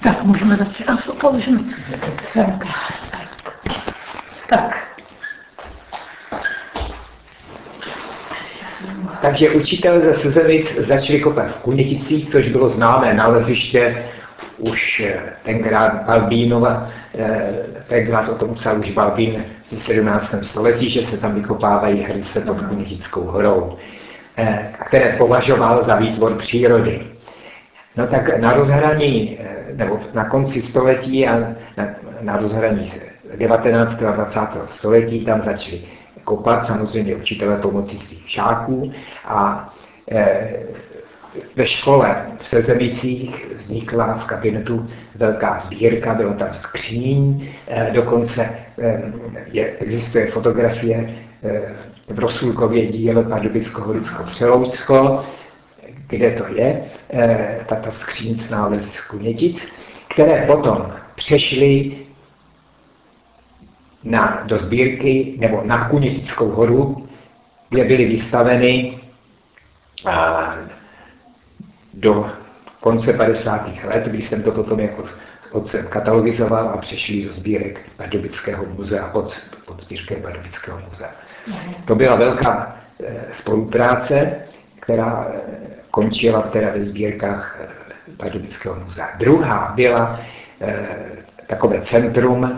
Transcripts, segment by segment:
Tak můžeme začít. A co položíme? Tak. Takže učitelé ze Sezemic začali kopat v Kuněticích, což bylo známé naleziště už tenkrát Balbínova, tenkrát o tom psal už Balbín v 17. století, že se tam vykopávají hrnce pod Kunětickou horou, které považoval za výtvor přírody. No tak na rozhraní, nebo na konci století a na rozhraní 19. a 20. století tam začali kopat samozřejmě učitelé pomocí svých žáků a ve škole v Sezemicích vznikla v kabinetu velká sbírka, byla tam skříň, dokonce existuje fotografie v Rosulkově díle Pardubicko-Holicko-Přeloučsko, kde to je, tato skříň s nálezy z Kunětic, které potom přešly do sbírky nebo na Kunětickou horu, kde byly vystaveny do konce 50. let, když jsem to potom jako otcem katalogizoval a přešli do sbírek Pardubického muzea, pod sbírkem Pardubického muzea. To byla velká spolupráce, která končila teda ve sbírkách Pardubického muzea. Druhá byla takové centrum,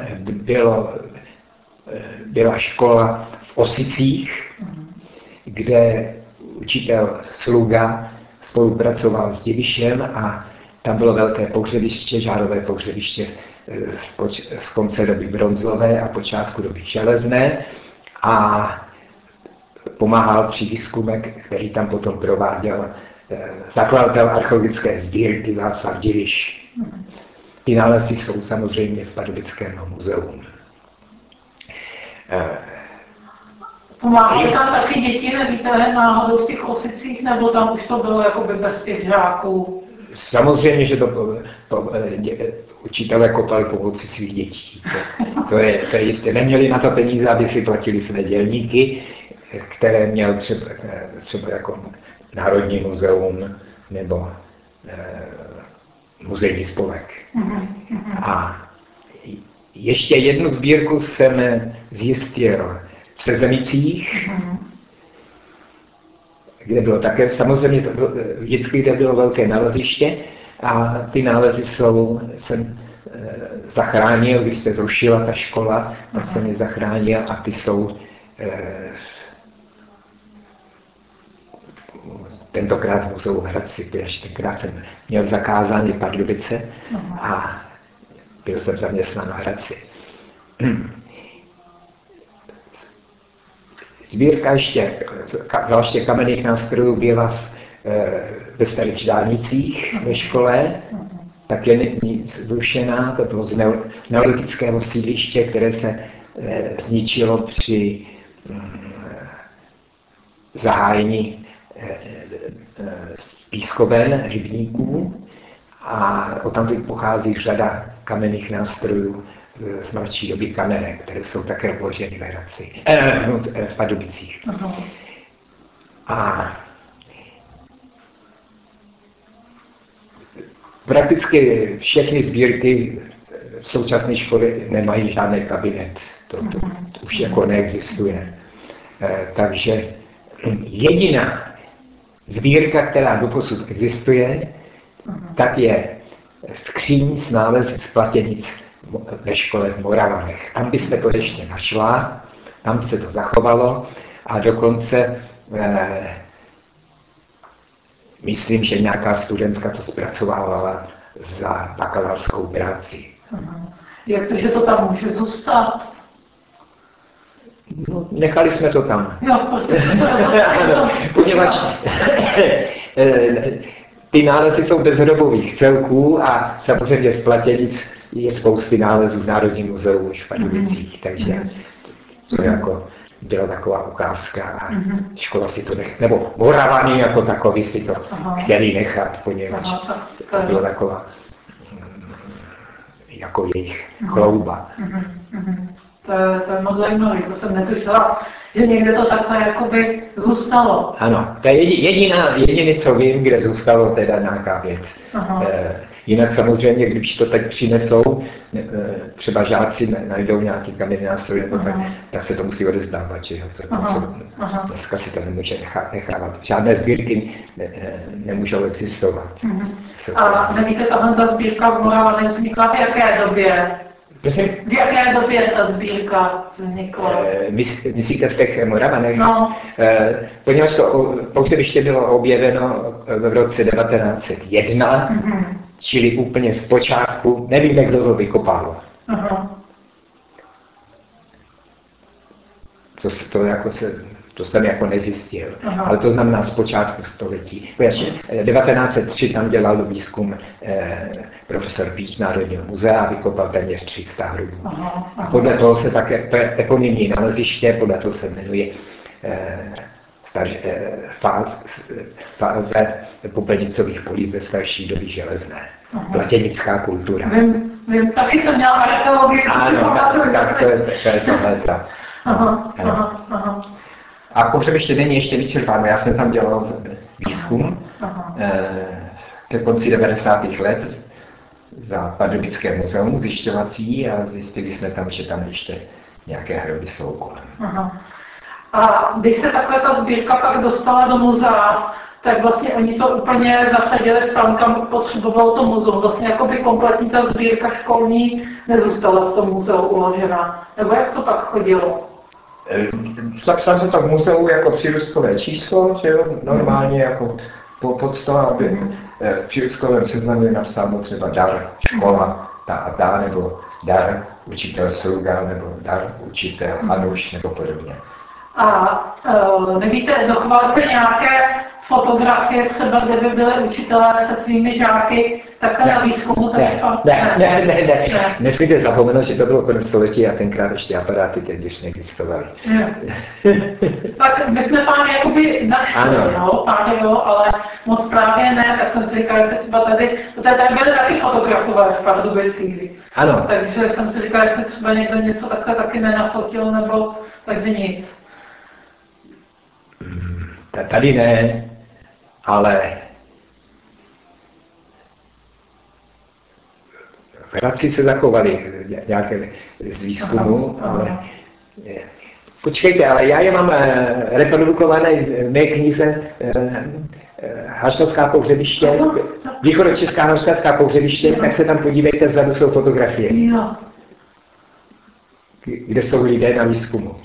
byla škola v Osicích, kde učitel Sluga spolupracoval s Divišem a tam bylo velké pohřebiště, žárové pohřebiště z konce doby bronzové a počátku doby železné a pomáhal při výzkumech, který tam potom prováděl zakladatel archeologické sbírky Václav Diviš. Ty nálezy jsou samozřejmě v Pardubickém muzeu. Pomáhají tam taky děti, nevíte, náhodou v těch Osicích, nebo tam už to bylo jakoby bez těch žáků? Samozřejmě, že učitelé kopali pomocí svých dětí. To je jistě. Neměli na to peníze, aby si platili své dělníky, které měl třeba jako Národní muzeum nebo muzejní spolek. A ještě jednu sbírku jsem zjistil v Sezemicích, kde bylo také, samozřejmě vždycky kde bylo velké naleziště a ty nálezy jsem zachránil, když se zrušila ta škola, tak jsem je zachránil a ty jsou tentokrát v muzeu v Hradci, protože tenkrát jsem měl zakázané Pardubice a byl jsem zaměstnán v Hradci. Sbírka ještě kamenných nástrojů byla ve Starých Dálnicích ve škole, tak je zrušená, to bylo z neolitického sídliště, které se zničilo při zahájení pískoven, rybníků a odtamtud pochází řada kamenných nástrojů z mladší doby kamenné, které jsou také vloženy v Hradci, v Pardubicích. A prakticky všechny sbírky v současné škole nemají žádný kabinet. To už jako neexistuje. Takže jediná sbírka, která doposud existuje, tak je skříň s nálezy z Platěnic ve škole v Moravanech. Tam byste to ještě našla, tam se to zachovalo a dokonce myslím, že nějaká studentka to zpracovávala za bakalářskou práci. Jak to, že to tam může zůstat? No, nechali jsme to tam. Poněvadž ty nálezy jsou bez hrobových celků a samozřejmě z Platěnic je spousty nálezů v Národním muzeu už v Pardubicích, takže to jako byla taková ukázka a škola si to nebo Moravany jako takový si to chtěli nechat, poněvadž to bylo taková jako jejich chlouba. To je moc zajímavé, to jsem netušila, že někde to takhle jakoby zůstalo. Ano, to je jediné, co vím, kde zůstalo teda nějaká věc. Jinak samozřejmě, když to teď přinesou, třeba žáci najdou nějaký kamenný nástroj, tak se to musí odezdávat, že jo. Dneska si to nemůže nechávat. Žádné sbírky nemůžou existovat. A nevíte, tahle sbírka v Moravanech vznikla v jaké době? V jaké době ta sbírka vznikla? Myslíte v těch Moravanech? No. Poněvadž to pohřebiště bylo objeveno v roce 1901, čili úplně z počátku, nevíme, kdo to vykopal. To jsem jako nezjistil, ale to znamená z počátku století. 1903 tam dělal výzkum profesor Píč z Národního muzea a vykopal téměř 300 hrobů. A podle toho se také, to je eponymní naleziště, podle toho se jmenuje fáze popelnicových polí ze starší doby železné. Platěnická kultura. Vím, taky jsem měla archeologii. Ano, tak to je tohle. A pohřebiště není ještě vyčerpáno. Já jsem tam dělal výzkum ke konci 90. let za Pardubické muzeum zjišťovací a zjistili jsme tam, že tam ještě nějaké hroby jsou kolem. A když se takhle ta sbírka pak dostala do muzea, tak vlastně oni to úplně zasadili tam, kam potřebovalo to muzeum. Vlastně jako by kompletní ta sbírka školní nezůstala v tom muzeu uložena. Nebo jak to pak chodilo? Zapsal se to v muzeu jako přírůstkové číslo, že jo, normálně jako pod to, aby v přírůstkovém seznamu je napsáno třeba dar škola, ta nebo dar učitel Sluga, nebo dar učitel Anuš, nebo podobně. A nevíte, dochovaly se nějaké fotografie třeba, kde by byly učitelé se svými žáky, takhle na výzkumu? Ne. Nesmíte zapomenout, že to bylo konec století a tenkrát ještě aparáty teď neexistovaly. Tak my jsme pán jakoby našli, ale moc právě ne, tak jsem si říkal, že třeba tady byly taky fotografové v Pardubicích. Ano. Takže jsem si říkal, že třeba někdo něco takhle taky nenafotil, nebo takže nic. Tady ne, ale v Hradci se zachovaly nějaké z výzkumu, ale počkejte, ale já je mám reprodukované v mé knize Haštovská pohřebiště, východočeská haštovská pohřebiště, tak se tam podívejte, vzadu jsou fotografie, kde jsou lidé na výzkumu.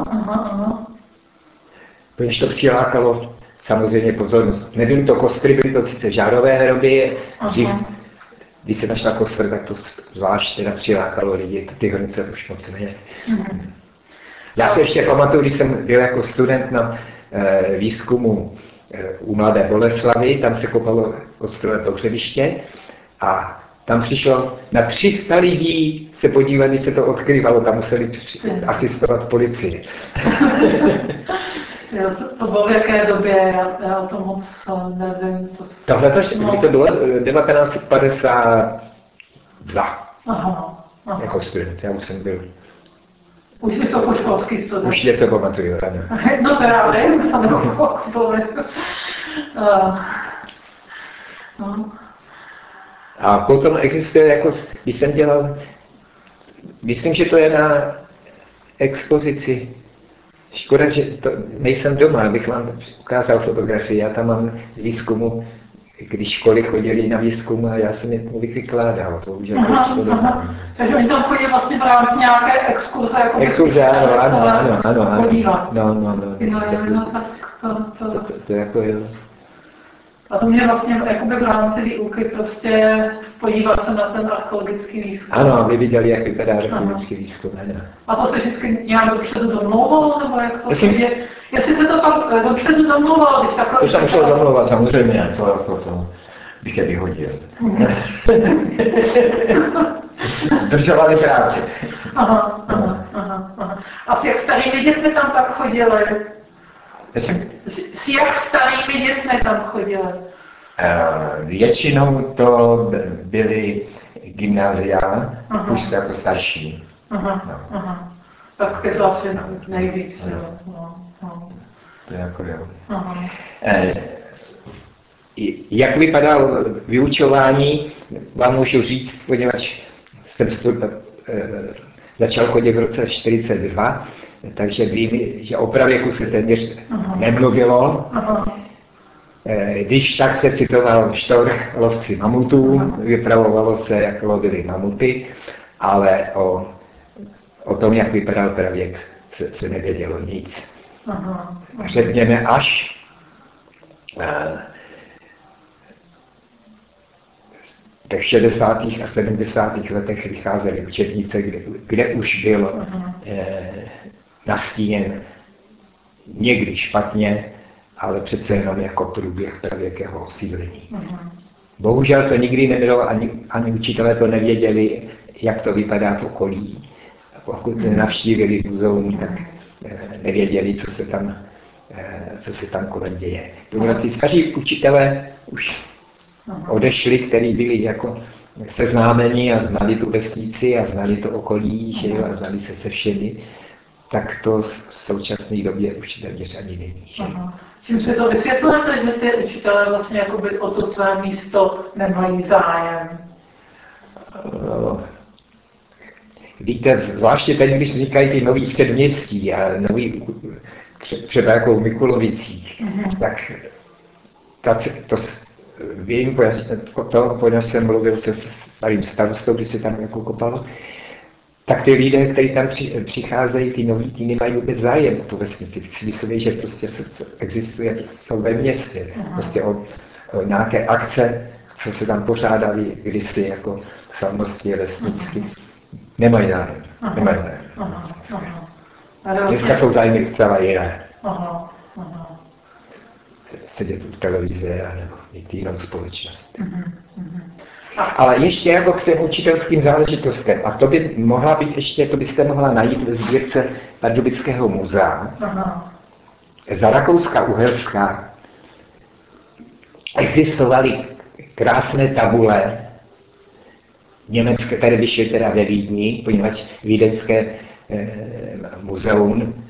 Protože to přilákalo samozřejmě pozornost. Nebyly to kostry, byly to sice žárové hroby, když se našla kostr, tak to zvlášť teda přilákalo lidi, ty hrnice už moc ne. Já si ještě pamatuju, když jsem byl jako student na výzkumu u Mladé Boleslavy, tam se kopalo kostrové pohřebiště a tam přišlo na 300 lidí se podívat, když se to odkrývalo, tam museli asistovat policii. To bylo v jaké době, já to moc nevím. Tohle to bylo 1952. Jako student, já už jsem byl. Už vysokoškolský student. Už něco pamatuju, ano. No teda nevím, A potom existuje, jako, když jsem dělal, myslím, že to je na expozici. Škoda, že to, nejsem doma, abych vám ukázal fotografii. Já tam mám z výzkumu, když školy chodili na výzkum a já jsem je vykládal. To už je Takže oni tam chodí vlastně v rámci nějaké exkurze. Jako exkurze, ano. Podívat. No. To jako jo. A to mě vlastně jakoby v rámci výuky prostě podívat se na ten archeologický výzkum. Ano, vy viděli, jak vypadá archeologický výzkum. A to se vždycky nějak dopředu domlouvalo, nebo jak to je? Jestli se to pak dopředu domlouvalo, když takhle... To jsem musel domlouvat, samozřejmě, to bych je vyhodil. Držovali práci. Aha. A s jak starými dětmi tam tak chodili? S jak starými dětmi tam chodili? Většinou to byly gymnázia, už to jako starší. Tak je to asi nejvíc. To je jako jo. Jak vypadalo vyučování, vám můžu říct, poněvadž jsem začal chodit v roce 1942, takže vím, že o pravěku se téměř nemluvilo. Když tak se citoval Štorch, lovci mamutů, vypravovalo se, jak lovili mamuty, ale o tom, jak vypadal pravěk, se nevědělo nic. Řekněme až v těch 60. a 70. letech vycházely učebnice, kde už byl nastíněn někdy špatně, ale přece jenom jako průběh pravěkého osídlení. Bohužel to nikdy nebylo, ani učitelé to nevěděli, jak to vypadá v okolí. Pokud navštívili muzeum, tak nevěděli, co se tam kolem děje. Ty staří učitelé už odešli, kteří byli jako seznámeni a znali tu vesnici a znali to okolí, že jo, a znali se všemi, tak to v současné době už téměř ani není. Že? Čím se to vysvětlujete, že ty učitelé vlastně jakoby o to své místo nemají zájem? Víte, zvláště teď, když vznikají ty nový předměstí a nový, třeba jako v Mikulovicích, tak to vím, poněvadž jsem mluvil se starým starostou, když se tam jako kopalo, tak ty lidé, kteří tam přicházejí, ty noví, ty nemají vůbec zájem o tu vesnici. Myslí, že prostě existuje jsou ve městě, prostě o nějaké akce, co se tam pořádali kdysi jako slavnosti vesnicky. Nemají zájem. Dneska jsou zájmy zcela jiné. Sedět u televize nebo mít jinou společnost. Ale ještě jako k těm učitelským záležitostem. A to by mohla být ještě, to byste mohla najít ve sbírce Pardubického muzea. Za Rakouska-Uherská existovaly krásné tabule německé, které vyšly teda ve Vídni, poněvadž vídeňské muzeum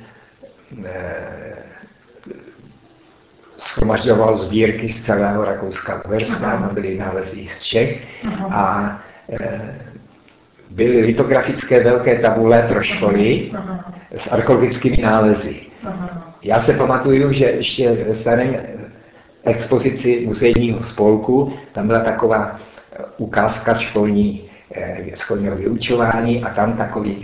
shromažďoval sbírky z celého Rakouska-Uherska, byly nálezy i z Čech a byly litografické velké tabule pro školy s archeologickými nálezy. Já se pamatuju, že ještě ve starém expozici muzejního spolku tam byla taková ukázka školního vyučování a tam takový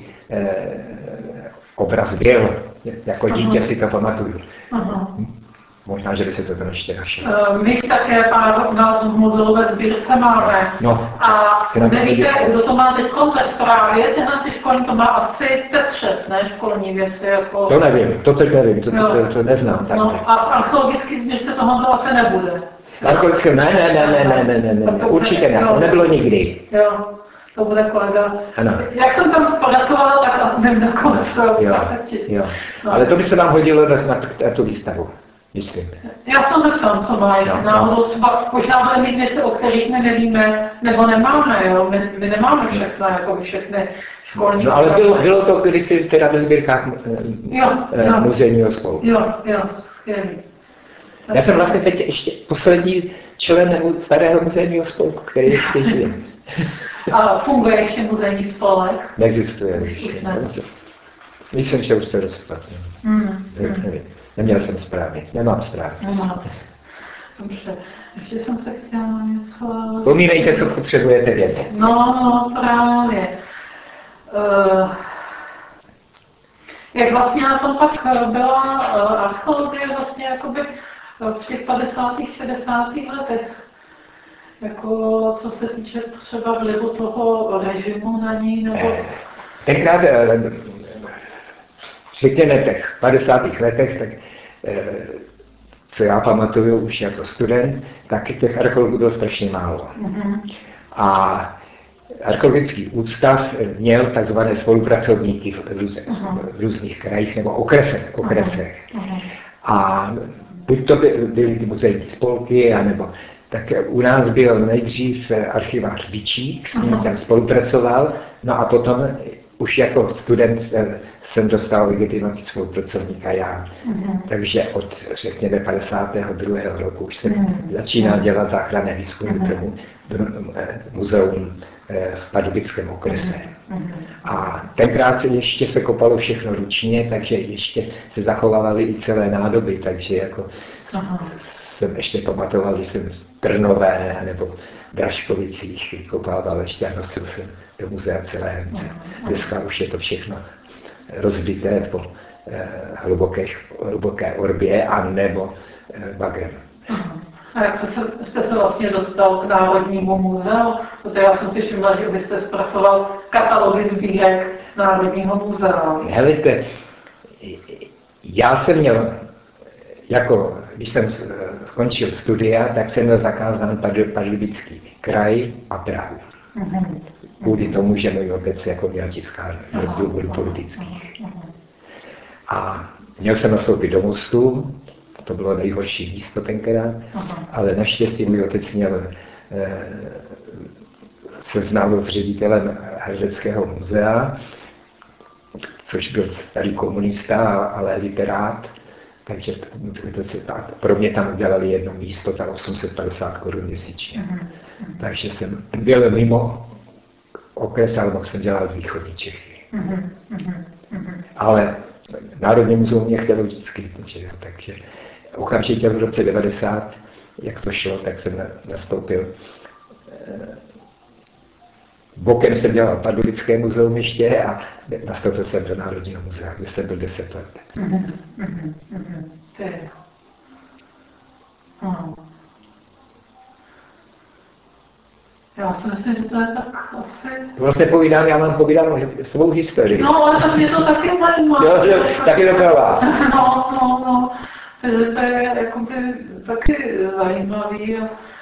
obraz byl, jako dítě si to pamatuju. Možná, že by se to tam ještě našlo. My také pár názvů v muzeu ve sbírce máme. No, a nevíte, kdo to má teď ve zprávě, tyhle ty školní to má asi Petřes, ne? Školní věci jako... To nevím, to nevím, to neznám. No, a archeologický sbírce toho to asi nebude. Archeologické, ne, určitě ne, to nebylo nikdy. Jo. To bude kolega. Ano. Jak jsem tam pracovala, tak nevím nakonec. Jo. Ale to by se nám hodilo na tu výstavu. Myslím. Já se zeptám, co mají. Náhodou třeba možná bude mít věci, o kterých my nevíme, nebo nemáme, jo? My nemáme všechny školní. No ale bylo to kdysi teda ve sbírkách muzejního spolku. Jo, skvělý. Já jsem vlastně teď ještě poslední člen starého muzejního spolku, který ještě žije. A funguje ještě muzejní spolek? Neexistuje ještě. Myslím, že už se rozpadl. Neměl jsem správně, nemám správně. Dobře, ještě jsem se chtěla něco... Pomínejte, co potřebujete vědět. No, právě. Jak vlastně na tom pak byla archeologie vlastně jakoby v těch 50. 60. letech? Jako co se týče třeba vlivu toho režimu na ní, nebo... Tenkrát, řekněme těch 50. letech, tak co já pamatuju už jako student, tak těch archeologů bylo strašně málo. A archeologický ústav měl takzvané spolupracovníky v různých krajích nebo okresech. A buď to byly ty muzejní spolky, anebo tak u nás byl nejdřív archivář Bičík, s ním jsem spolupracoval, no a potom už jako student jsem dostal legitimaci svou pracovníka já. Takže od, řekněme, 52. roku už jsem začínal dělat záchranné výzkumy pro muzeum v Pardubickém okrese. A tenkrát se ještě se kopalo všechno ručně, takže ještě se zachovávaly i celé nádoby, takže jako jsem ještě pamatoval, že jsem v Trnové nebo v Dražkovicích kopával ještě a nosil jsem do muzea celé Hence. Dneska už je to všechno rozbité po hluboké orbě a nebo bagrem. A jak jste se vlastně dostal k Národnímu muzeu? Protože já jsem si všimla, že byste zpracoval katalogy sbírek Národního muzea. Helejte, já jsem měl, jako když jsem skončil studia, tak jsem měl zakázán Pardubický kraj a Prahu. Kvůli tomu, že můj otec jako měl tiskárnu z důvodu politických. A měl jsem nastoupit do Mostu, to bylo nejhorší místo tenkrát, ale naštěstí můj otec měl seznámil s ředitelem Hradeckého muzea, což byl starý komunista, ale literát, takže pro mě tam udělali jedno místo za 850 Kč měsíčně. Takže jsem byl mimo okres, ale mohl jsem dělat východní Čechy. Ale Národní muzeum mě chtělo vždycky, takže okamžitě v roce 90, jak to šlo, tak jsem nastoupil. Bokem jsem dělal Pardubické muzeum ještě a nastoupil jsem do Národního muzea, kde jsem byl 10 let. Já si myslím, že to je tak asi... Vlastně povídám, já mám povídám svou historii. No, ale tak mě to taky zajímá. Jo, taky do vás. No. To je jakoby taky zajímavý.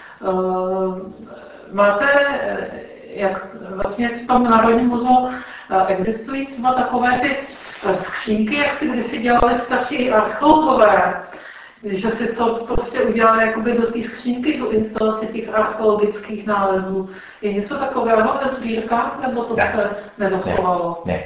Máte, jak vlastně v tom Národním muzeu existují třeba takové ty skřínky, jak si kdysi dělali starší archeologové, že si to prostě udělali jakoby do té skřínky, tu instalaci těch archeologických nálezů. Je něco takového ve sbírkách, nebo to se nedochovalo? Ne.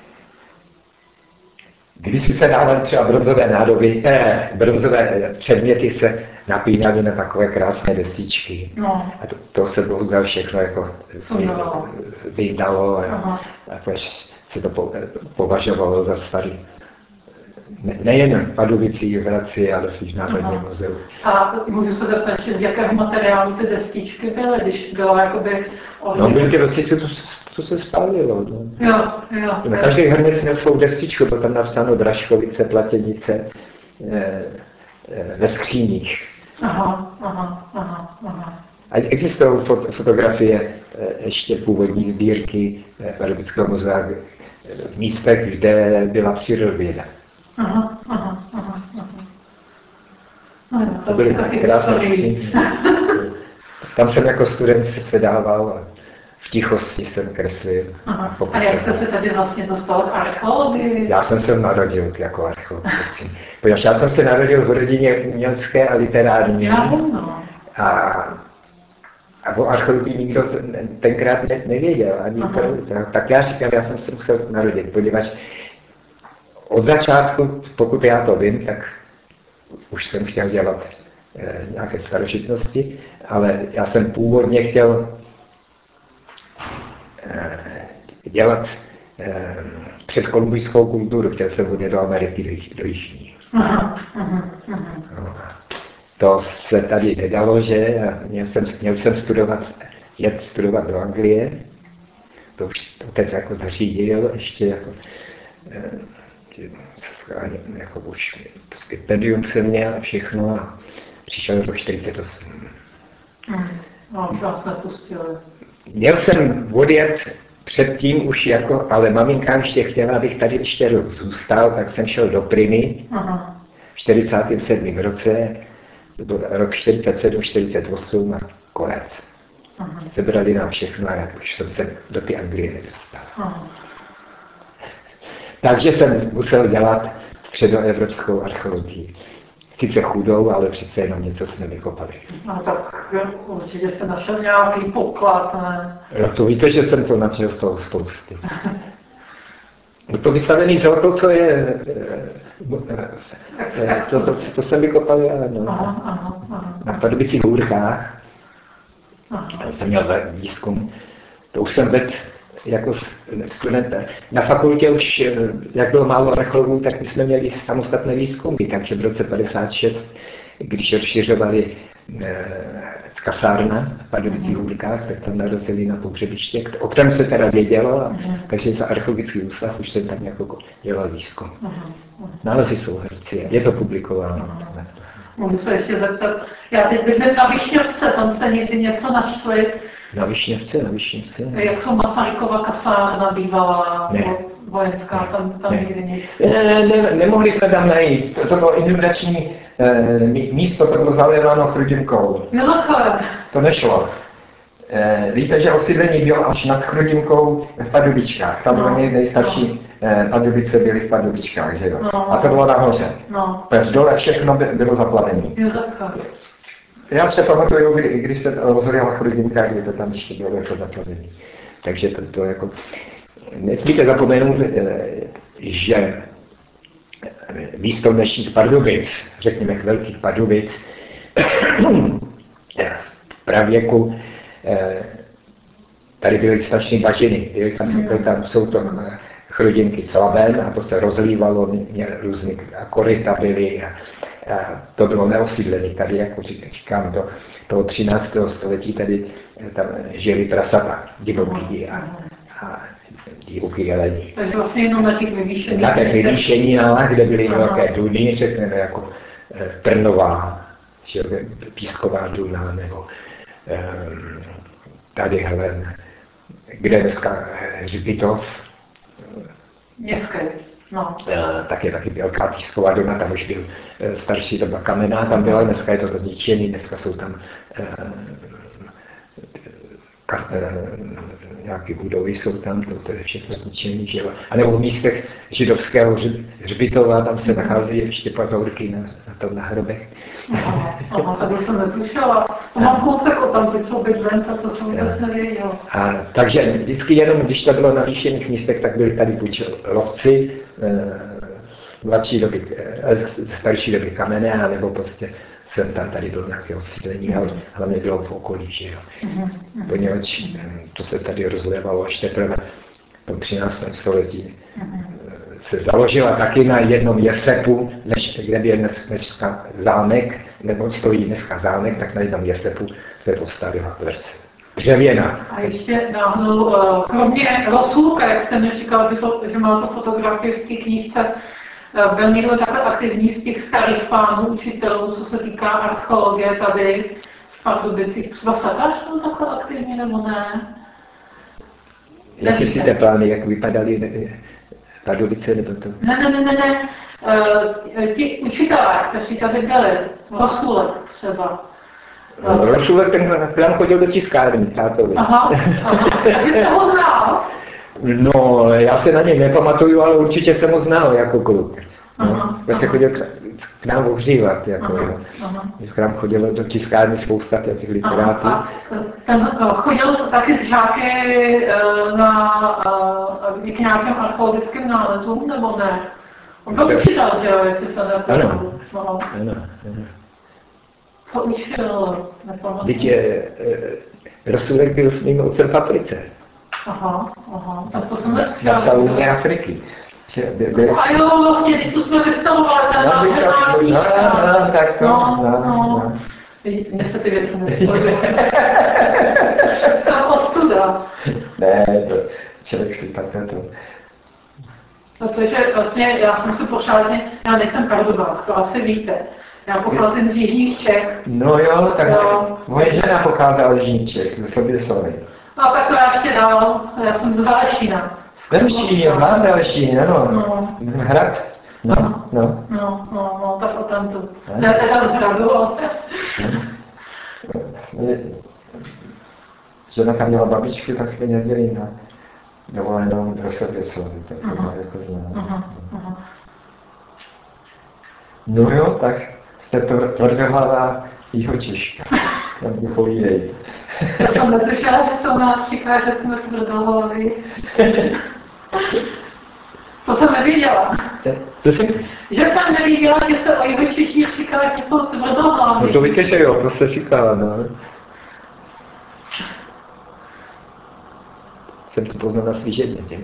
Když se dávaly třeba bronzové nádoby, bronzové předměty se napínaly na takové krásné destičky. No. A to se bohužel všechno jako vydalo a se to považovalo za starý. Nejen v Pardubicích, v Hradci, ale v Národním muzeu. A můžu se zeptat, z jakého materiálu ty destičky byly, když byla jakoby... No byly ty destičky, to se spálilo. No. Jo. Na každý hrnec měl svou destičku, bylo tam napsáno Dražkovice, Platěnice, ve skříních. Aha. A existují fotografie ještě původní sbírky Pardubického muzea v místech, kde byla přírodověda. Aha. To byly krásné skříně. Tam jsem jako student se dával a v tichosti jsem kreslil. A jak jste se tady vlastně dostal k archeologii? Já jsem se narodil jako archeolog. Protože já jsem se narodil v rodině umělecké a literární. A o archeologii nikdo tenkrát nevěděl. Ani tak já říkám, já jsem se musel narodit, poněvadž od začátku, pokud já to vím, tak už jsem chtěl dělat nějaké starožitnosti, ale já jsem původně chtěl dělat předkolumbijskou kulturu, chtěl jsem hodně do Ameriky, do Jižní. To se tady nedalo, že? Měl jsem jet studovat do Anglie, to už otec jako zařídil, ještě jako už stipendium jsem měl a všechno a přišel rok 48. Vás nepustili. Měl jsem odjet předtím už jako, ale maminka ještě chtěla, abych tady ještě rok zůstal, tak jsem šel do Primy v 47. roce, to byl rok 47, 48 a konec. Sebrali nám všechno a už jsem se do té Anglie nedostal. Takže jsem musel dělat středoevropskou archeologii. Sice chudou, ale přece jenom něco jsme vykopali. No tak určitě jste našel nějaký poklad, ne? No to víte, že jsem to našel z toho spousty. To vystavený zlato, co je, to jsem vykopal já, no. Na Pardubicích hůrkách. Tam jsem měl výzkum. To už jsem vedl jako student. Na fakultě už, jak bylo málo archeologů, tak my jsme měli samostatné výzkumy, takže v roce 56, když rozšiřovali kasárna v Pardubicích hůrkách, tak tam narazili na pohřebiště, o kterém se teda vědělo, takže za archeologický ústav už jsem tam jako dělal výzkum. Nálezy jsou herci, je to publikováno. Můžu se ještě zeptat, já teď bydlím na Višněvce, tam jste někdy něco našli? Na Višněvce. Jak jsou Masarykova kasárna bývalá, vojenská, tam nikdy nic? Nemohli jsme tam najít, to bylo inundační místo, to bylo zaléváno Chrudimkou. To nešlo. Víte, že osídlení bylo až nad Chrudimkou v Pardubičkách. Tam bylo nejstarší Pardubice byly v Pardubičkách, že jo? A to bylo nahoře. Protože dole všechno bylo zaplavené. Já se pamatuju, když se rozhodila Chrudimka, kdy to tam ještě bylo jako zaplavené. Takže to jako... Nesmíte zapomenout, že místo dnešních Pardubic, řekněme velkých Pardubic, v pravěku tady byly strašné bažiny, tam jsou to Chrudimky Slaven a to se rozlívalo, různé koryta byly a to bylo neosídlené. Tady, jako říkám, do toho 13. století tady tam žili prasata, divoký a divoký jelení. Takže vlastně jenom na těch vyvýšeních. Na těch vyvýšeninách, kde byly velké duny, řekněme jako Trnová, Písková duna, nebo tady Helen, kde dneska Hřbitov. Městské, no. Tak je taky velká Písková duna, tam už byl starší doba kamenná, tam byla, dneska je to zničený, dneska jsou tam nějaké budovy jsou tam, to je všechno zničené, že jo. A nebo v místech židovského hřbitova, tam se nachází ještě pazourky na tom na hrobech. Tady jsem netušila. To mám kousek od tam, ty jsou bydlence, to jsem vůbec nevěděl. Takže vždycky jenom, když to bylo na výšených místech, tak byli tady buď lovci, mladší doby, starší doby kamenné, nebo prostě jsem tam tady byl nějaké osídlení, ale hlavně bylo v okolí, že jo. Poněvadž to se tady rozlévalo až teprve v 13. století. Se založila taky na jednom jesepu, kde je dneska zámek, nebo stojí dneska zámek, tak na jednom jesepu se postavila tvrz dřevěná. A ještě náhodou, kromě Rosůlka, jak jsem mi říkal, že má to fotografii v té knížce, byl někdo takhle aktivní z těch starých pánů, učitelů, co se týká archeologie tady v Pardubicích? Třeba Sakář byl takhle aktivní, nebo ne? Jaké si ty plány, jak vypadaly Pardubice, nebo to? Ne. Ti učitelé, kteří tady byli, Rosůlek třeba. Rosůlek, ten chodil do tiskárny, tátovi. Aha. Takže jste ho znal? No, já se na něj nepamatuju, ale určitě jsem ho znal jako kluk. Já se chodil k nám ohřívat, jako k nám chodilo do tiskárny spousta těch literátů. Ten chodil taky z žáky k nějakým archeologickým nálezům, nebo ne? On byl učitel, že jo, jestli se nepamatuju. Ano. Co učil? Teď Rosůlek byl s mým otcem v Africe. Aha. Tak to jsem napsal Unie Afriky. A jo, vlastně, když tu jsme vystavovali ten národní tak no. Mně se ty věci nespojují. To je ostuda. Ne, to člověk si takhle to... Protože vlastně já jsem si pořádně, já nejsem Pardubák, to asi víte. Já pocházím z Jižních Čech. No jo, tak moje žena pocházela z Jižních Čech, ze Soběslavy. No tak to já ještě dál, já jsem z Velešína. Znám Velešín, ano. Hrad? No, tak o tamtu. Ne teda z Hradu, ale... Žena tam měla babičku, tak jsme nebyli na dovolenou do Soběslavy, tak jsme jako znám. No jo, tak jste tvrdohlavá Jihočeška. Tam vypovídej. Já jsem netušila, že se u nás říká, že jsme tvrdohlaví. To jsem nevěděla. Že jsem nevěděla, že se o Jehočeších říká, že jsou tvrdohlavý. No to víte, že jo, to se říká, no. Jsem to poznal na svý ženě, těm.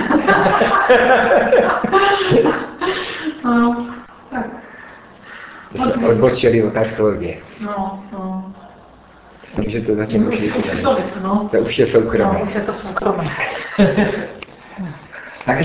No, tak. To se odbočili od archeologie. No. Myslím, že to zatím už je. No. To už je soukromé. No, už je to soukromé.